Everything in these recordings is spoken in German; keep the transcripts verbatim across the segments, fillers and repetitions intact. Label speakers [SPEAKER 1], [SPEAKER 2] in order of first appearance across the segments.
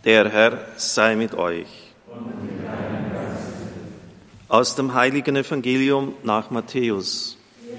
[SPEAKER 1] Der Herr sei mit euch. Aus dem heiligen Evangelium nach Matthäus.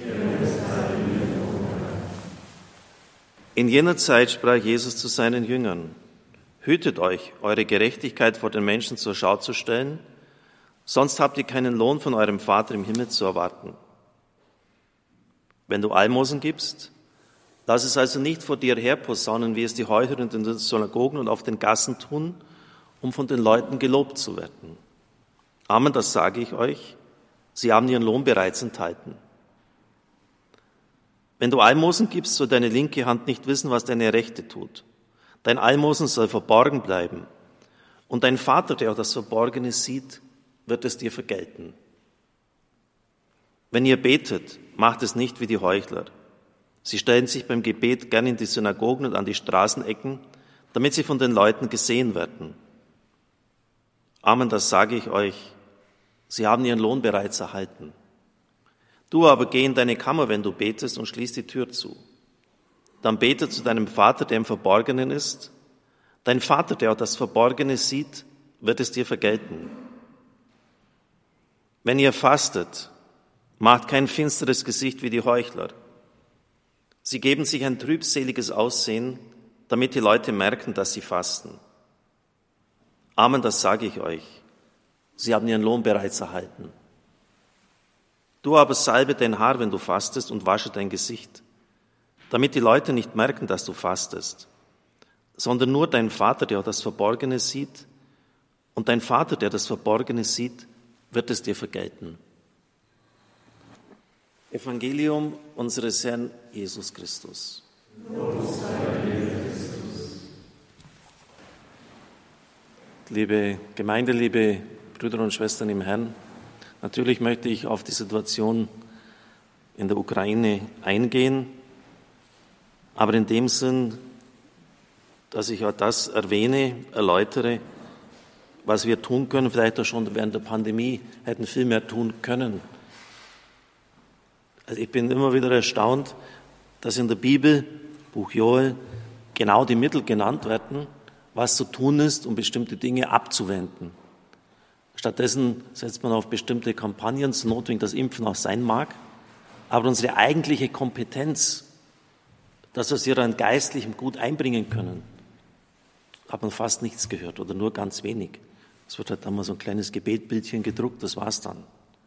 [SPEAKER 1] In jener Zeit sprach Jesus zu seinen Jüngern: Hütet euch, eure Gerechtigkeit vor den Menschen zur Schau zu stellen, sonst habt ihr keinen Lohn von eurem Vater im Himmel zu erwarten. Wenn du Almosen gibst, lass es also nicht vor dir herposaunen, wie es die Heuchler in den Synagogen und auf den Gassen tun, um von den Leuten gelobt zu werden. Amen, das sage ich euch, sie haben ihren Lohn bereits enthalten. Wenn du Almosen gibst, soll deine linke Hand nicht wissen, was deine rechte tut. Dein Almosen soll verborgen bleiben. Und dein Vater, der auch das Verborgene sieht, wird es dir vergelten. Wenn ihr betet, macht es nicht wie die Heuchler. Sie stellen sich beim Gebet gern in die Synagogen und an die Straßenecken, damit sie von den Leuten gesehen werden. Amen, das sage ich euch, sie haben ihren Lohn bereits erhalten. Du aber geh in deine Kammer, wenn du betest, und schließ die Tür zu. Dann bete zu deinem Vater, der im Verborgenen ist. Dein Vater, der auch das Verborgene sieht, wird es dir vergelten. Wenn ihr fastet, macht kein finsteres Gesicht wie die Heuchler. Sie geben sich ein trübseliges Aussehen, damit die Leute merken, dass sie fasten. Amen, das sage ich euch. Sie haben ihren Lohn bereits erhalten. Du aber salbe dein Haar, wenn du fastest, und wasche dein Gesicht, damit die Leute nicht merken, dass du fastest, sondern nur dein Vater, der auch das Verborgene sieht, und dein Vater, der das Verborgene sieht, wird es dir vergelten. Evangelium unseres Herrn Jesus Christus. Liebe Gemeinde, liebe Brüder und Schwestern im Herrn, natürlich möchte ich auf die Situation in der Ukraine eingehen, aber in dem Sinn, dass ich auch das erwähne, erläutere, was wir tun können, vielleicht auch schon während der Pandemie hätten viel mehr tun können. Also ich bin immer wieder erstaunt, dass in der Bibel, Buch Joel, genau die Mittel genannt werden, was zu tun ist, um bestimmte Dinge abzuwenden. Stattdessen setzt man auf bestimmte Kampagnen, so notwendig das Impfen auch sein mag. Aber unsere eigentliche Kompetenz, das, was wir an Geistlichem gut einbringen können, hat man fast nichts gehört oder nur ganz wenig. Es wird halt einmal so ein kleines Gebetbildchen gedruckt, das war's dann.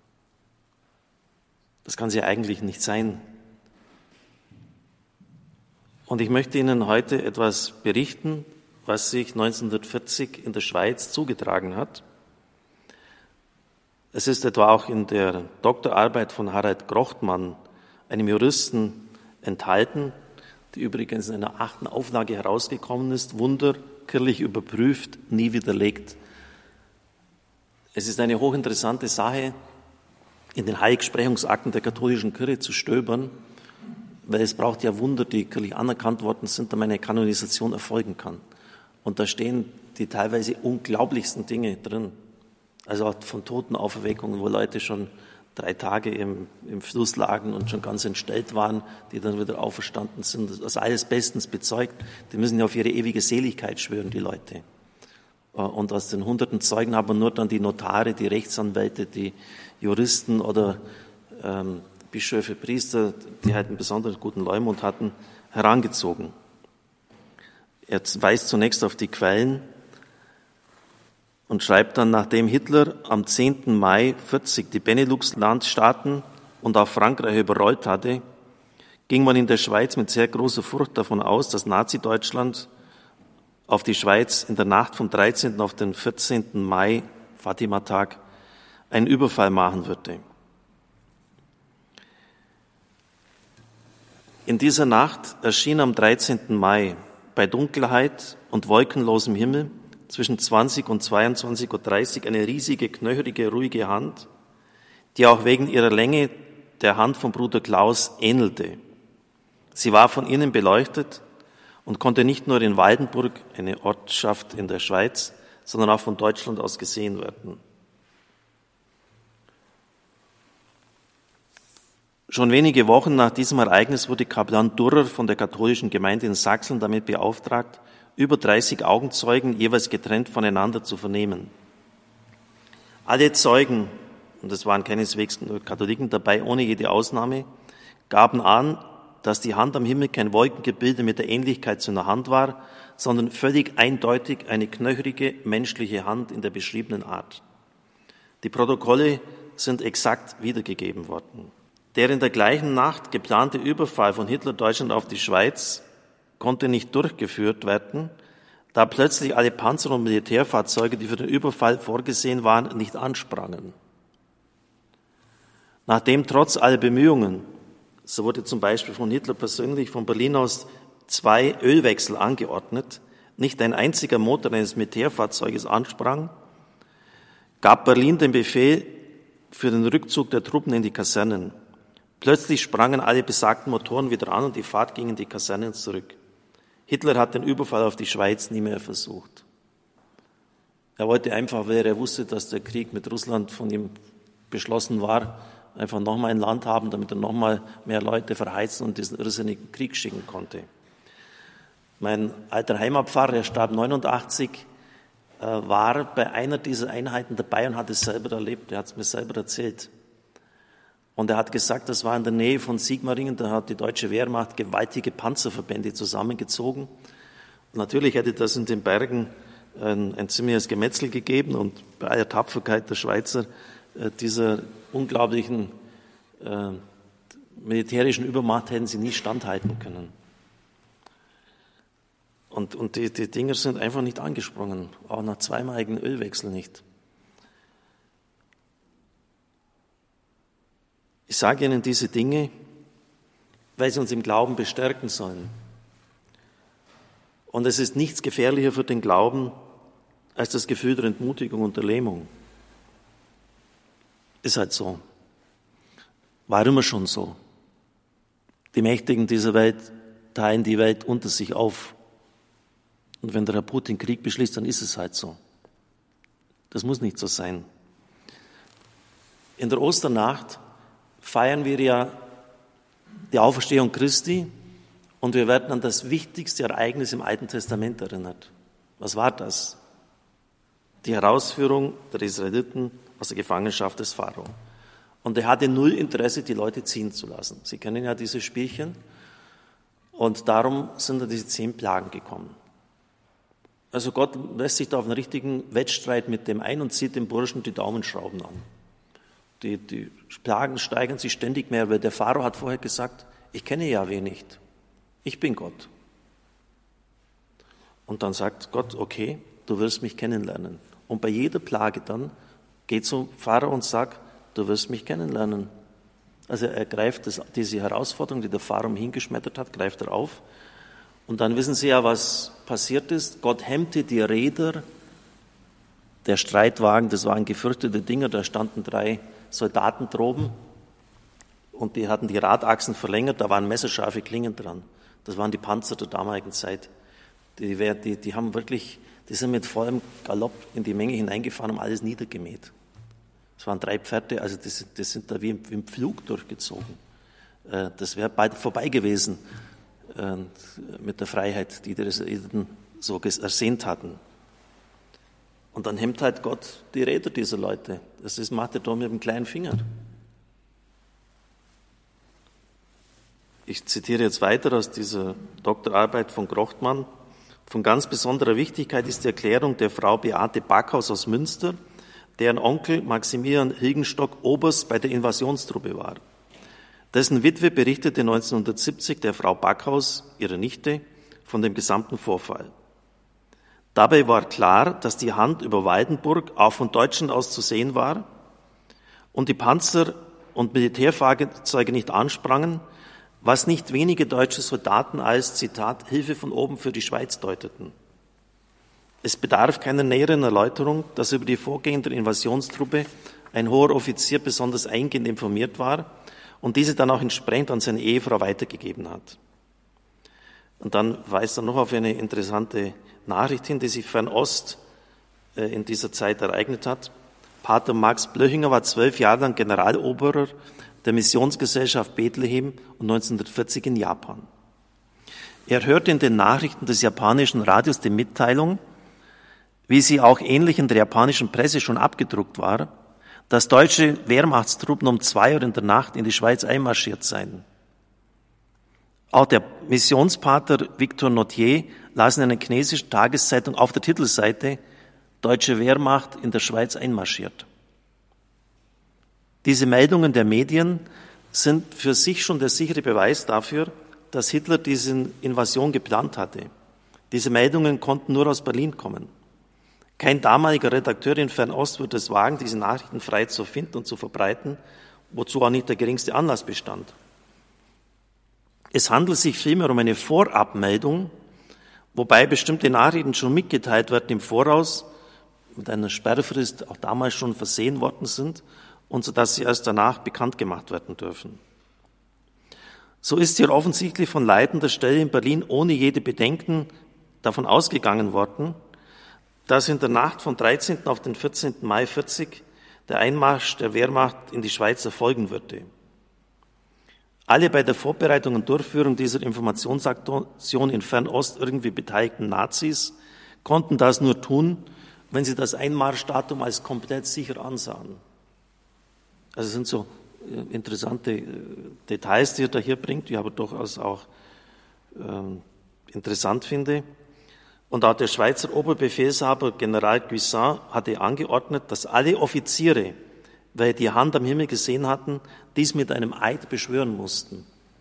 [SPEAKER 1] Das kann es ja eigentlich nicht sein. Und ich möchte Ihnen heute etwas berichten, was sich neunzehnhundertvierzig in der Schweiz zugetragen hat. Es ist etwa auch in der Doktorarbeit von Harald Grochtmann, einem Juristen, enthalten, die übrigens in einer achten Auflage herausgekommen ist, Wunder, kirchlich überprüft, nie widerlegt. Es ist eine hochinteressante Sache, in den Heiligsprechungsakten der katholischen Kirche zu stöbern, weil es braucht ja Wunder, die kirchlich anerkannt worden sind, damit eine Kanonisation erfolgen kann. Und da stehen die teilweise unglaublichsten Dinge drin. Also auch von Totenauferweckungen, wo Leute schon drei Tage im, im Fluss lagen und schon ganz entstellt waren, die dann wieder auferstanden sind. Das ist alles bestens bezeugt. Die müssen ja auf ihre ewige Seligkeit schwören, die Leute. Und aus den hunderten Zeugen haben nur dann die Notare, die Rechtsanwälte, die Juristen oder ähm, Bischöfe, Priester, die halt einen besonders guten Leumund hatten, herangezogen. Er weist zunächst auf die Quellen und schreibt dann, nachdem Hitler am zehnten Mai vierzig die Benelux-Landstaaten und auch Frankreich überrollt hatte, ging man in der Schweiz mit sehr großer Furcht davon aus, dass Nazi-Deutschland auf die Schweiz in der Nacht vom dreizehnten auf den vierzehnten Mai, Fatima-Tag, einen Überfall machen würde. In dieser Nacht erschien am dreizehnten Mai bei Dunkelheit und wolkenlosem Himmel zwischen zwanzig und zweiundzwanzig Uhr dreißig eine riesige, knöcherige, ruhige Hand, die auch wegen ihrer Länge der Hand von Bruder Klaus ähnelte. Sie war von innen beleuchtet und konnte nicht nur in Waldenburg, eine Ortschaft in der Schweiz, sondern auch von Deutschland aus gesehen werden. Schon wenige Wochen nach diesem Ereignis wurde Kaplan Durrer von der katholischen Gemeinde in Sachsen damit beauftragt, über dreißig Augenzeugen, jeweils getrennt voneinander zu vernehmen. Alle Zeugen, und es waren keineswegs nur Katholiken dabei, ohne jede Ausnahme, gaben an, dass die Hand am Himmel kein Wolkengebilde mit der Ähnlichkeit zu einer Hand war, sondern völlig eindeutig eine knöcherige menschliche Hand in der beschriebenen Art. Die Protokolle sind exakt wiedergegeben worden. Der in der gleichen Nacht geplante Überfall von Hitler-Deutschland auf die Schweiz konnte nicht durchgeführt werden, da plötzlich alle Panzer- und Militärfahrzeuge, die für den Überfall vorgesehen waren, nicht ansprangen. Nachdem trotz aller Bemühungen, so wurde zum Beispiel von Hitler persönlich von Berlin aus zwei Ölwechsel angeordnet, nicht ein einziger Motor eines Militärfahrzeuges ansprang, gab Berlin den Befehl für den Rückzug der Truppen in die Kasernen. Plötzlich sprangen alle besagten Motoren wieder an und die Fahrt ging in die Kasernen zurück. Hitler hat den Überfall auf die Schweiz nie mehr versucht. Er wollte einfach, weil er wusste, dass der Krieg mit Russland von ihm beschlossen war, einfach nochmal ein Land haben, damit er nochmal mehr Leute verheizen und diesen irrsinnigen Krieg schicken konnte. Mein alter Heimatpfarrer, der starb neunundachtzig, war bei einer dieser Einheiten dabei und hat es selber erlebt. Er hat es mir selber erzählt. Und er hat gesagt, das war in der Nähe von Sigmaringen, da hat die deutsche Wehrmacht gewaltige Panzerverbände zusammengezogen. Und natürlich hätte das in den Bergen ein, ein ziemliches Gemetzel gegeben und bei aller Tapferkeit der Schweizer äh, dieser unglaublichen äh, militärischen Übermacht hätten sie nie standhalten können. Und, und die, die Dinger sind einfach nicht angesprungen, auch nach zweimaligen Ölwechsel nicht. Ich sage Ihnen diese Dinge, weil sie uns im Glauben bestärken sollen. Und es ist nichts gefährlicher für den Glauben als das Gefühl der Entmutigung und der Lähmung. Ist halt so. War immer schon so. Die Mächtigen dieser Welt teilen die Welt unter sich auf. Und wenn der Herr Putin Krieg beschließt, dann ist es halt so. Das muss nicht so sein. In der Osternacht feiern wir ja die Auferstehung Christi und wir werden an das wichtigste Ereignis im Alten Testament erinnert. Was war das? Die Herausführung der Israeliten aus der Gefangenschaft des Pharao. Und er hatte null Interesse, die Leute ziehen zu lassen. Sie kennen ja diese Spielchen. Und darum sind dann diese zehn Plagen gekommen. Also Gott lässt sich da auf einen richtigen Wettstreit mit dem ein und zieht dem Burschen die Daumenschrauben an. Die, die Plagen steigern sich ständig mehr, weil der Pharao hat vorher gesagt, ich kenne Jahwe nicht, ich bin Gott. Und dann sagt Gott, okay, du wirst mich kennenlernen. Und bei jeder Plage dann geht zum Pharao und sagt, du wirst mich kennenlernen. Also er greift das, diese Herausforderung, die der Pharao hingeschmettert hat, greift er auf. Und dann wissen Sie ja, was passiert ist. Gott hemmte die Räder der Streitwagen, das waren gefürchtete Dinger, da standen drei Soldaten droben und die hatten die Radachsen verlängert, da waren messerscharfe Klingen dran. Das waren die Panzer der damaligen Zeit. Die, die, die haben wirklich, die sind mit vollem Galopp in die Menge hineingefahren, haben alles niedergemäht. Es waren drei Pferde, also die, die sind da wie, wie im Flug durchgezogen. Das wäre bald vorbei gewesen mit der Freiheit, die die Israeliten so ersehnt hatten. Und dann hemmt halt Gott die Räder dieser Leute. Das ist, macht er doch mit dem kleinen Finger. Ich zitiere jetzt weiter aus dieser Doktorarbeit von Grochtmann. Von ganz besonderer Wichtigkeit ist die Erklärung der Frau Beate Backhaus aus Münster, deren Onkel Maximilian Hilgenstock Oberst bei der Invasionstruppe war. Dessen Witwe berichtete neunzehnhundertsiebzig der Frau Backhaus, ihrer Nichte, von dem gesamten Vorfall. Dabei war klar, dass die Hand über Waldenburg auch von Deutschland aus zu sehen war und die Panzer und Militärfahrzeuge nicht ansprangen, was nicht wenige deutsche Soldaten als, Zitat, Hilfe von oben für die Schweiz deuteten. Es bedarf keiner näheren Erläuterung, dass über die Vorgänge der Invasionstruppe ein hoher Offizier besonders eingehend informiert war und diese dann auch entsprechend an seine Ehefrau weitergegeben hat. Und dann weist er noch auf eine interessante Nachricht hin, die sich Fernost äh, in dieser Zeit ereignet hat. Pater Max Blöchinger war zwölf Jahre lang Generaloberer der Missionsgesellschaft Bethlehem und neunzehnhundertvierzig in Japan. Er hörte in den Nachrichten des japanischen Radios die Mitteilung, wie sie auch ähnlich in der japanischen Presse schon abgedruckt war, dass deutsche Wehrmachtstruppen um zwei Uhr in der Nacht in die Schweiz einmarschiert seien. Auch der Missionspater Victor Notier las in einer chinesischen Tageszeitung auf der Titelseite Deutsche Wehrmacht in der Schweiz einmarschiert. Diese Meldungen der Medien sind für sich schon der sichere Beweis dafür, dass Hitler diese Invasion geplant hatte. Diese Meldungen konnten nur aus Berlin kommen. Kein damaliger Redakteur in Fernost würde es wagen, diese Nachrichten frei zu finden und zu verbreiten, wozu auch nicht der geringste Anlass bestand. Es handelt sich vielmehr um eine Vorabmeldung, wobei bestimmte Nachrichten schon mitgeteilt werden im Voraus, mit einer Sperrfrist auch damals schon versehen worden sind und so dass sie erst danach bekannt gemacht werden dürfen. So ist hier offensichtlich von leitender Stelle in Berlin ohne jede Bedenken davon ausgegangen worden, dass in der Nacht vom dreizehnten auf den vierzehnten Mai vierzig der Einmarsch der Wehrmacht in die Schweiz erfolgen würde. Alle bei der Vorbereitung und Durchführung dieser Informationsaktion in Fernost irgendwie beteiligten Nazis konnten das nur tun, wenn sie das Einmarschdatum als komplett sicher ansahen. Also es sind so interessante Details, die er da hier bringt, die ich aber durchaus auch ähm, interessant finde. Und auch der Schweizer Oberbefehlshaber General Guisan hatte angeordnet, dass alle Offiziere, welche die Hand am Himmel gesehen hatten, dies mit einem Eid beschwören mussten.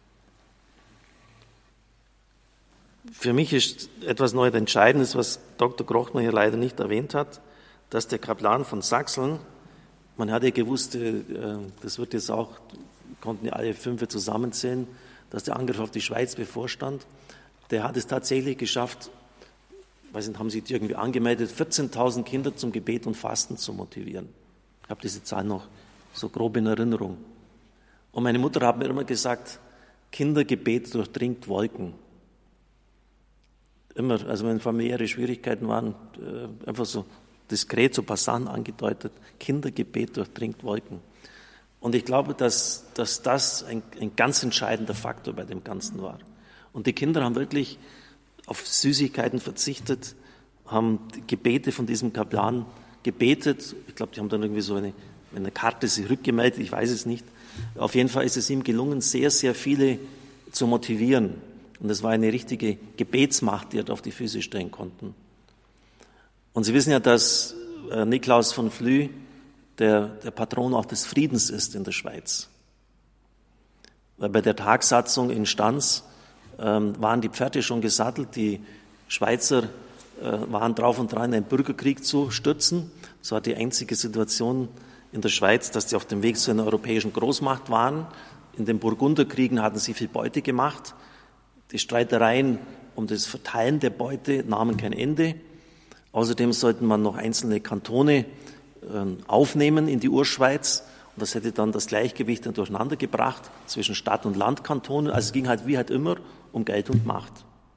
[SPEAKER 1] Für mich ist etwas neu Entscheidendes, was Doktor Grochtmann hier leider nicht erwähnt hat, dass der Kaplan von Sachseln, man hatte gewusst, das wird jetzt auch, konnten ja alle fünf zusammenzählen, dass der Angriff auf die Schweiz bevorstand, der hat es tatsächlich geschafft, weiß nicht, haben Sie irgendwie angemeldet, vierzehntausend Kinder zum Gebet und Fasten zu motivieren. Ich habe diese Zahl noch so grob in Erinnerung. Und meine Mutter hat mir immer gesagt, Kindergebet durchdringt Wolken. Immer, also wenn familiäre Schwierigkeiten waren, einfach so diskret, so passant angedeutet, Kindergebet durchdringt Wolken. Und ich glaube, dass, dass das ein, ein ganz entscheidender Faktor bei dem Ganzen war. Und die Kinder haben wirklich auf Süßigkeiten verzichtet, haben die Gebete von diesem Kaplan gebetet. Ich glaube, die haben dann irgendwie so eine, eine Karte sich rückgemeldet, ich weiß es nicht. Auf jeden Fall ist es ihm gelungen, sehr, sehr viele zu motivieren. Und es war eine richtige Gebetsmacht, die er auf die Füße stellen konnten. Und Sie wissen ja, dass äh, Niklaus von Flüe der, der Patron auch des Friedens ist in der Schweiz. Weil bei der Tagsatzung in Stans ähm, waren die Pferde schon gesattelt, die Schweizer äh, waren drauf und dran, einen Bürgerkrieg zu stürzen. Das war die einzige Situation in der Schweiz, dass sie auf dem Weg zu einer europäischen Großmacht waren. In den Burgunderkriegen hatten sie viel Beute gemacht. Die Streitereien um das Verteilen der Beute nahmen kein Ende. Außerdem sollten man noch einzelne Kantone äh, aufnehmen in die Urschweiz. Und das hätte dann das Gleichgewicht dann durcheinander gebracht zwischen Stadt- und Landkantonen. Also es ging halt wie halt immer um Geld und Macht.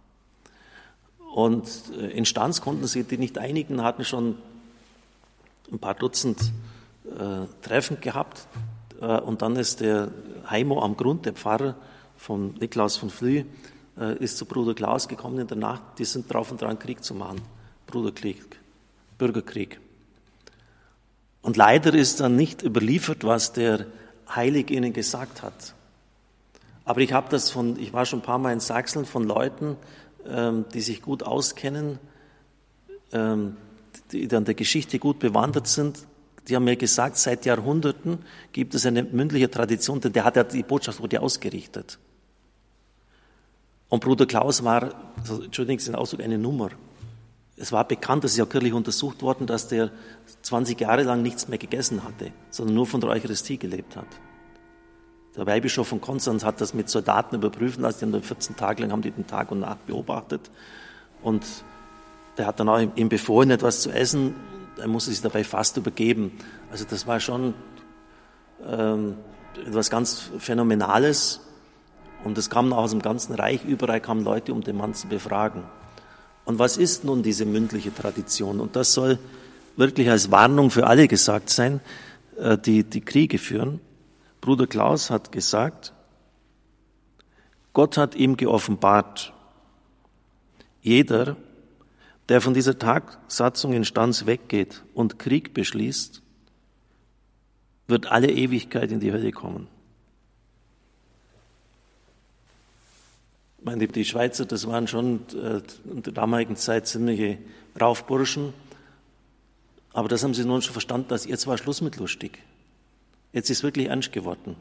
[SPEAKER 1] Und äh, in Stans konnten sie die nicht einigen, hatten schon ein paar Dutzend äh, Treffen gehabt. Äh, und dann ist der Heimo am Grund, der Pfarrer von Niklaus von Flüe, äh, ist zu Bruder Klaus gekommen in der Nacht. Die sind drauf und dran, Krieg zu machen. Bruderkrieg, Bürgerkrieg. Und leider ist dann nicht überliefert, was der Heilige ihnen gesagt hat. Aber ich habe das von, ich war schon ein paar Mal in Sachsen von Leuten, ähm, die sich gut auskennen, ähm, die an der Geschichte gut bewandert sind, die haben mir gesagt, seit Jahrhunderten gibt es eine mündliche Tradition, denn der hat ja, die Botschaft wurde ausgerichtet. Und Bruder Klaus war, also, Entschuldigung, den Ausdruck, eine Nummer. Es war bekannt, das ist ja kirchlich untersucht worden, dass der zwanzig Jahre lang nichts mehr gegessen hatte, sondern nur von der Eucharistie gelebt hat. Der Weihbischof von Konstanz hat das mit Soldaten überprüfen lassen, die haben dann vierzehn Tage lang haben die den Tag und Nacht beobachtet. Und der hat dann auch ihm befohlen, etwas zu essen, er musste sich dabei fast übergeben. Also das war schon ähm, etwas ganz Phänomenales. Und es kam auch aus dem ganzen Reich, überall kamen Leute, um den Mann zu befragen. Und was ist nun diese mündliche Tradition? Und das soll wirklich als Warnung für alle gesagt sein, die die Kriege führen. Bruder Klaus hat gesagt, Gott hat ihm geoffenbart, Jeder, der von dieser Tagsatzung in Stans weggeht und Krieg beschließt, wird alle Ewigkeit in die Hölle kommen. Ich meine, die Schweizer, das waren schon äh, in der damaligen Zeit ziemliche Raufburschen, aber das haben sie nun schon verstanden, dass jetzt war Schluss mit lustig. Jetzt ist wirklich ernst geworden.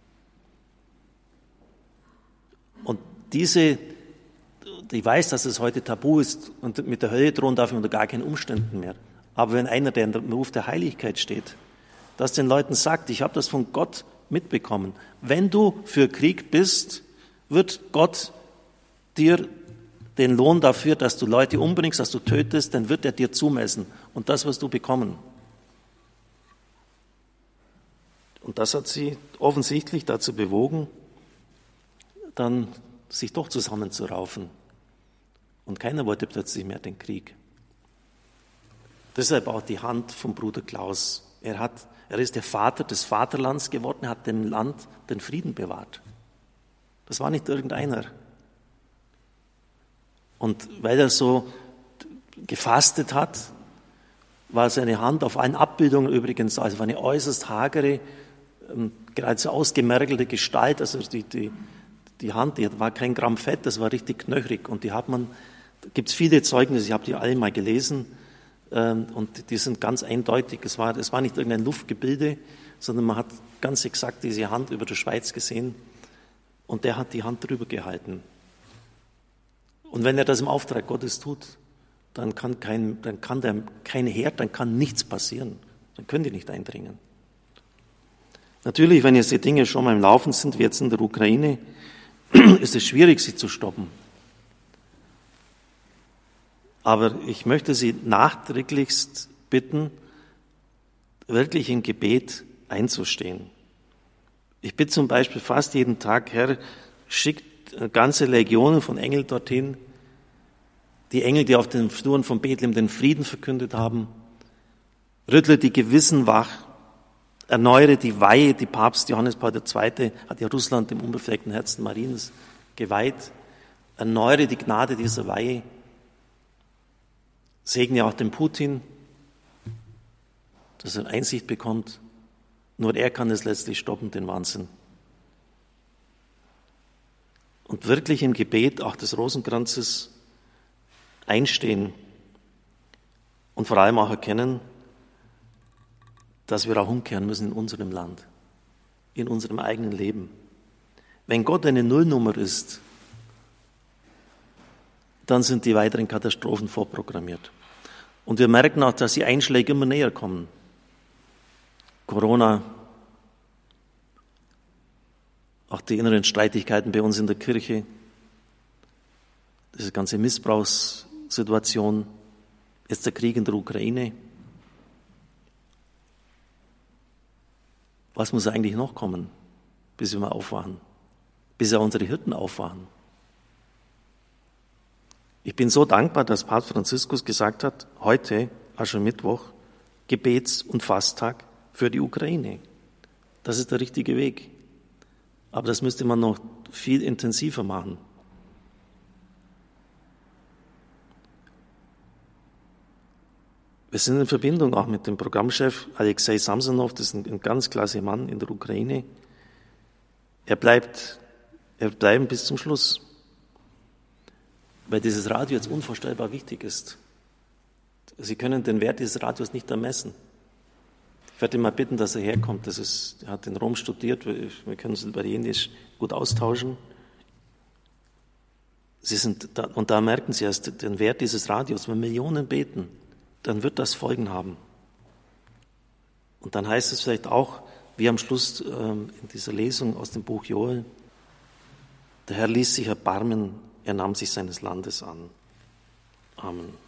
[SPEAKER 1] Und diese, ich weiß, dass es heute tabu ist und mit der Hölle drohen darf man unter gar keinen Umständen mehr. Aber wenn einer, der im Ruf der Heiligkeit steht, das den Leuten sagt, ich habe das von Gott mitbekommen, wenn du für Krieg bist, wird Gott dir den Lohn dafür, dass du Leute umbringst, dass du tötest, dann wird er dir zumessen. Und das wirst du bekommen. Und das hat sie offensichtlich dazu bewogen, dann sich doch zusammenzuraufen. Und keiner wollte plötzlich mehr den Krieg. Deshalb auch die Hand vom Bruder Klaus. Er hat, er ist der Vater des Vaterlands geworden, er hat dem Land den Frieden bewahrt. Das war nicht irgendeiner. Und weil er so gefastet hat, war seine Hand auf allen Abbildungen übrigens, also war eine äußerst hagere, geradezu ausgemergelte Gestalt, also die, die, die Hand, die war kein Gramm Fett, das war richtig knöchrig. Und die hat man, da gibt es viele Zeugnisse, ich habe die alle mal gelesen, und die sind ganz eindeutig. Es war, es war nicht irgendein Luftgebilde, sondern man hat ganz exakt diese Hand über der Schweiz gesehen und der hat die Hand drüber gehalten. Und wenn er das im Auftrag Gottes tut, dann kann kein, dann kann der, kein Herd, dann kann nichts passieren. Dann können die nicht eindringen. Natürlich, wenn jetzt die Dinge schon mal im Laufen sind, wie jetzt in der Ukraine, ist es schwierig, sie zu stoppen. Aber ich möchte Sie nachdrücklichst bitten, wirklich im Gebet einzustehen. Ich bitte zum Beispiel fast jeden Tag, Herr, schickt ganze Legionen von Engeln dorthin, die Engel, die auf den Fluren von Bethlehem den Frieden verkündet haben, rüttle die Gewissen wach, erneuere die Weihe, die Papst Johannes Paul der Zweite hat ja Russland dem unbefleckten Herzen Mariens geweiht, erneuere die Gnade dieser Weihe, segne auch den Putin, dass er Einsicht bekommt. Nur er kann es letztlich stoppen, den Wahnsinn. Und wirklich im Gebet auch des Rosenkranzes einstehen und vor allem auch erkennen, dass wir auch umkehren müssen in unserem Land, in unserem eigenen Leben. Wenn Gott eine Nullnummer ist, dann sind die weiteren Katastrophen vorprogrammiert. Und wir merken auch, dass die Einschläge immer näher kommen. Corona, auch die inneren Streitigkeiten bei uns in der Kirche, diese ganze Missbrauchssituation, jetzt der Krieg in der Ukraine. Was muss eigentlich noch kommen, bis wir mal aufwachen, bis auch unsere Hirten aufwachen? Ich bin so dankbar, dass Papst Franziskus gesagt hat, heute, Aschermittwoch, Gebets- und Fasttag für die Ukraine. Das ist der richtige Weg. Aber das müsste man noch viel intensiver machen. Wir sind in Verbindung auch mit dem Programmchef Alexei Samsonow, das ist ein, ein ganz klasse Mann in der Ukraine. Er bleibt, er bleibt bis zum Schluss. Weil dieses Radio jetzt unvorstellbar wichtig ist. Sie können den Wert dieses Radios nicht ermessen. Ich werde ihn mal bitten, dass er herkommt. Das ist, er hat in Rom studiert, wir können uns Italienisch gut austauschen. Sie sind da, und da merken Sie erst den Wert dieses Radios. Wenn Millionen beten, dann wird das Folgen haben. Und dann heißt es vielleicht auch, wie am Schluss ähm, in dieser Lesung aus dem Buch Joel, der Herr ließ sich erbarmen, er nahm sich seines Landes an. Amen.